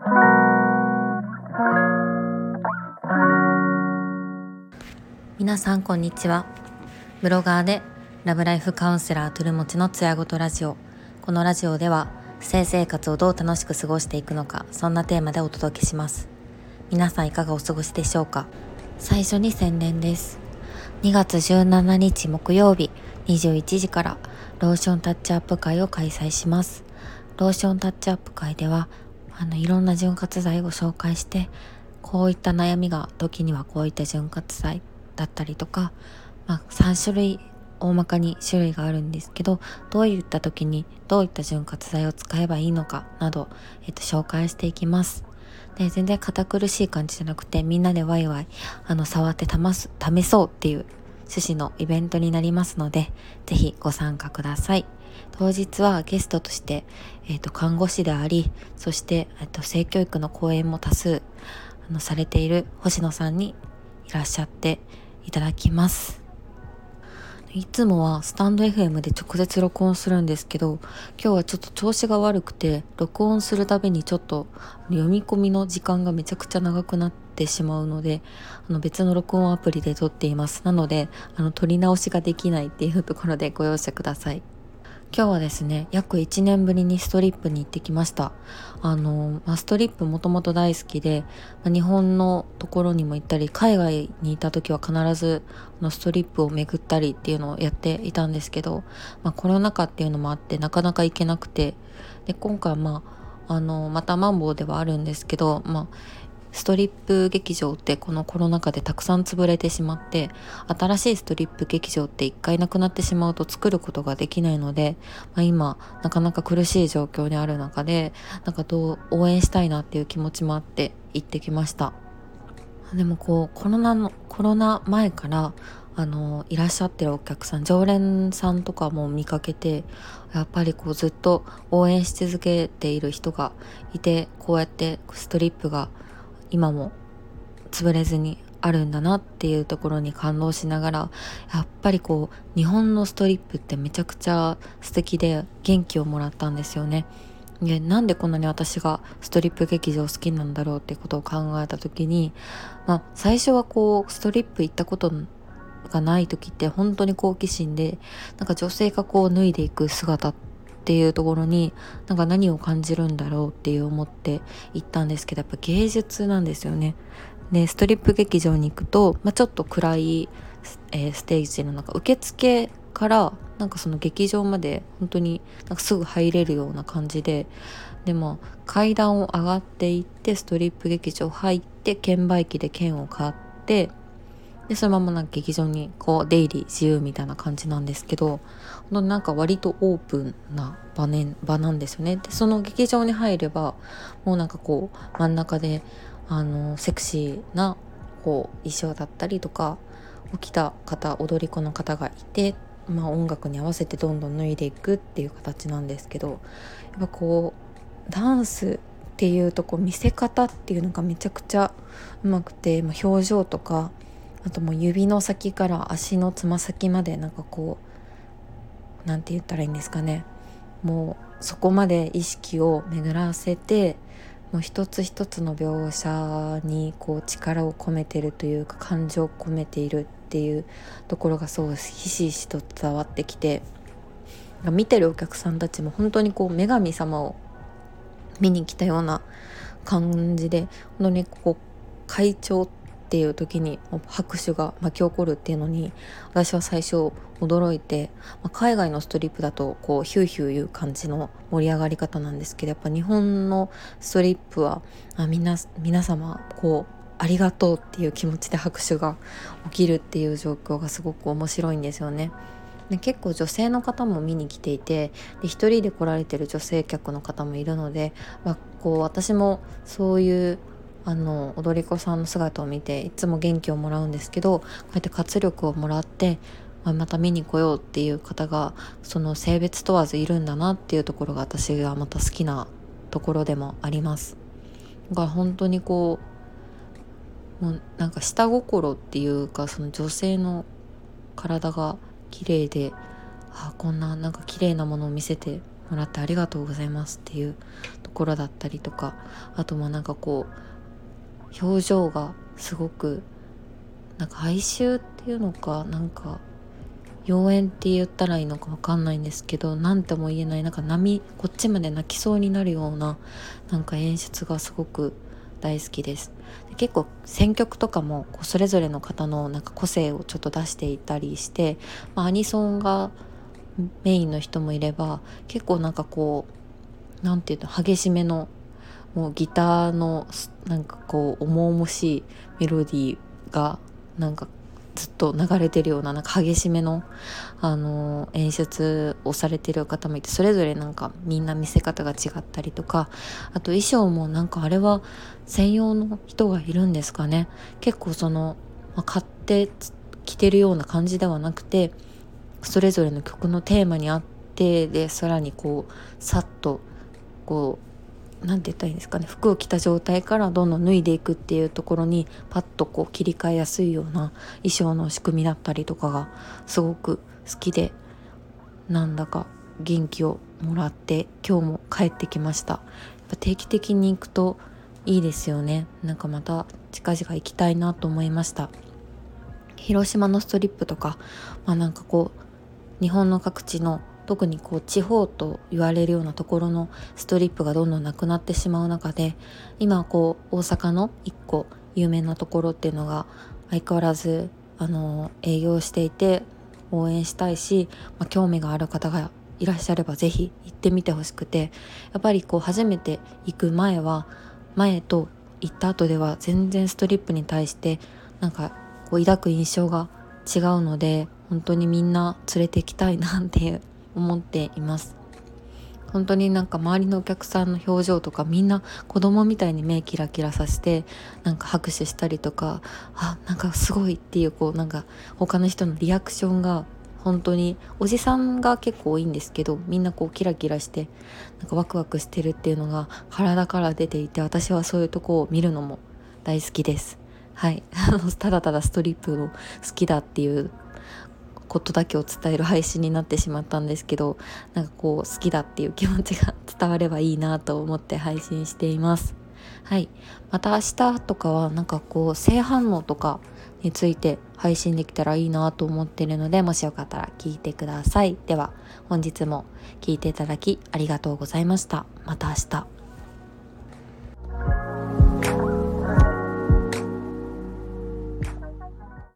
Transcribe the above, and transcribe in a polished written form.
皆さんこんにちは。ブロガーでラブライフカウンセラートゥルモチのつやごとラジオ。このラジオでは性生活をどう楽しく過ごしていくのか、そんなテーマでお届けします。皆さんいかがお過ごしでしょうか。最初に宣伝です。2月17日木曜日21時からローションタッチアップ会を開催します。ローションタッチアップ会ではいろんな潤滑剤を紹介して、こういった悩みが時にはこういった潤滑剤だったりとか、3種類大まかに種類があるんですけど、どういった時にどういった潤滑剤を使えばいいのかなど、紹介していきます。で、全然堅苦しい感じじゃなくて、みんなでワイワイ触って試そうっていう趣旨のイベントになりますので、ぜひご参加ください。当日はゲストとして、看護師であり、そして、性教育の講演も多数されている星野さんにいらっしゃっていただきます。いつもはスタンド FM で直接録音するんですけど、今日はちょっと調子が悪くて、録音するたびにちょっと読み込みの時間がめちゃくちゃ長くなってしまうので、別の録音アプリで撮っています。なので撮り直しができないっていうところでご容赦ください。今日はですね、約1年ぶりにストリップに行ってきました。ストリップもともと大好きで、日本のところにも行ったり、海外にいた時は必ずストリップを巡ったりっていうのをやっていたんですけど、コロナ禍っていうのもあってなかなか行けなくて、で今回またマンボウではあるんですけど、ストリップ劇場ってこのコロナ禍でたくさん潰れてしまって、新しいストリップ劇場って一回なくなってしまうと作ることができないので、今なかなか苦しい状況にある中で、応援したいなっていう気持ちもあって行ってきました。でもコロナ前からいらっしゃってるお客さん、常連さんとかも見かけて、やっぱりずっと応援し続けている人がいて、こうやってストリップが今も潰れずにあるんだなっていうところに感動しながら、やっぱり日本のストリップってめちゃくちゃ素敵で元気をもらったんですよね。で、なんでこんなに私がストリップ劇場好きなんだろうっていうことを考えた時に、最初はストリップ行ったことがない時って本当に好奇心で、女性が脱いでいく姿っていうところに何を感じるんだろうっていう思って行ったんですけど、やっぱ芸術なんですよね。でストリップ劇場に行くと、ちょっと暗い、ステージの受付からその劇場まで本当にすぐ入れるような感じで、でも階段を上がっていってストリップ劇場入って券売機で券を買って、でそのまま劇場に出入り自由みたいな感じなんですけど、割とオープンな場なんですよね。でその劇場に入ればもう真ん中でセクシーな衣装だったりとかを着た方、踊り子の方がいて、音楽に合わせてどんどん脱いでいくっていう形なんですけど、やっぱダンスっていうと見せ方っていうのがめちゃくちゃうまくて、表情とか、あともう指の先から足のつま先までなんて言ったらいいんですかね、もうそこまで意識を巡らせて、もう一つ一つの描写に力を込めてるというか、感情を込めているっていうところがそうひしひしと伝わってきて、見てるお客さんたちも本当に女神様を見に来たような感じで、本当に会長っていう時に拍手が巻き起こるっていうのに、私は最初驚いて、海外のストリップだとヒューヒューいう感じの盛り上がり方なんですけど、やっぱ日本のストリップは皆様ありがとうっていう気持ちで拍手が起きるっていう状況がすごく面白いんですよね。で結構女性の方も見に来ていて、で一人で来られてる女性客の方もいるので、私もそういう踊り子さんの姿を見ていつも元気をもらうんですけど、こうやって活力をもらって、また見に来ようっていう方がその性別問わずいるんだなっていうところが私がまた好きなところでもあります。だから本当にもう下心っていうか、その女性の体が綺麗で、こんな綺麗なものを見せてもらってありがとうございますっていうところだったりとか、あとなんかこう表情がすごくなんか哀愁っていうのか、なんか妖艶って言ったらいいのか分かんないんですけど、なんとも言えない、なんかこっちまで泣きそうになるようななんか演出がすごく大好きです。で結構選曲とかもそれぞれの方のなんか個性をちょっと出していたりして、アニソンがメインの人もいれば、結構なんかこうなんていうの、激しめのもうギターのなんかこう重々しいメロディーがなんかずっと流れてるような、なんか激しめの、演出をされてる方もいて、それぞれなんかみんな見せ方が違ったりとか、あと衣装もなんかあれは専用の人がいるんですかね。結構買って着てるような感じではなくて、それぞれの曲のテーマにあって、でさらにこうさっとこうなんて言ったらいいんですかね、服を着た状態からどんどん脱いでいくっていうところにパッとこう切り替えやすいような衣装の仕組みだったりとかがすごく好きで、なんだか元気をもらって今日も帰ってきました。やっぱ定期的に行くといいですよね。なんかまた近々行きたいなと思いました。広島のストリップとか、なんかこう日本の各地の特にこう地方と言われるようなところのストリップがどんどんなくなってしまう中で、今こう大阪の一個有名なところっていうのが相変わらず営業していて応援したいし、興味がある方がいらっしゃればぜひ行ってみてほしくて、やっぱりこう初めて行く前と行った後では全然ストリップに対してなんかこう抱く印象が違うので、本当にみんな連れて行きたいなって思っています。本当になんか周りのお客さんの表情とか、みんな子供みたいに目キラキラさせてなんか拍手したりとか、なんかすごいっていうこうなんか他の人のリアクションが、本当におじさんが結構多いんですけど、みんなこうキラキラしてなんかワクワクしてるっていうのが体から出ていて、私はそういうとこを見るのも大好きです。はい。ただただストリップを好きだっていうことだけを伝える配信になってしまったんですけど、なんかこう好きだっていう気持ちが伝わればいいなと思って配信しています。はい。また明日とかはなんかこう性反応とかについて配信できたらいいなと思っているので、もしよかったら聞いてください。では本日も聞いていただきありがとうございました。また明日。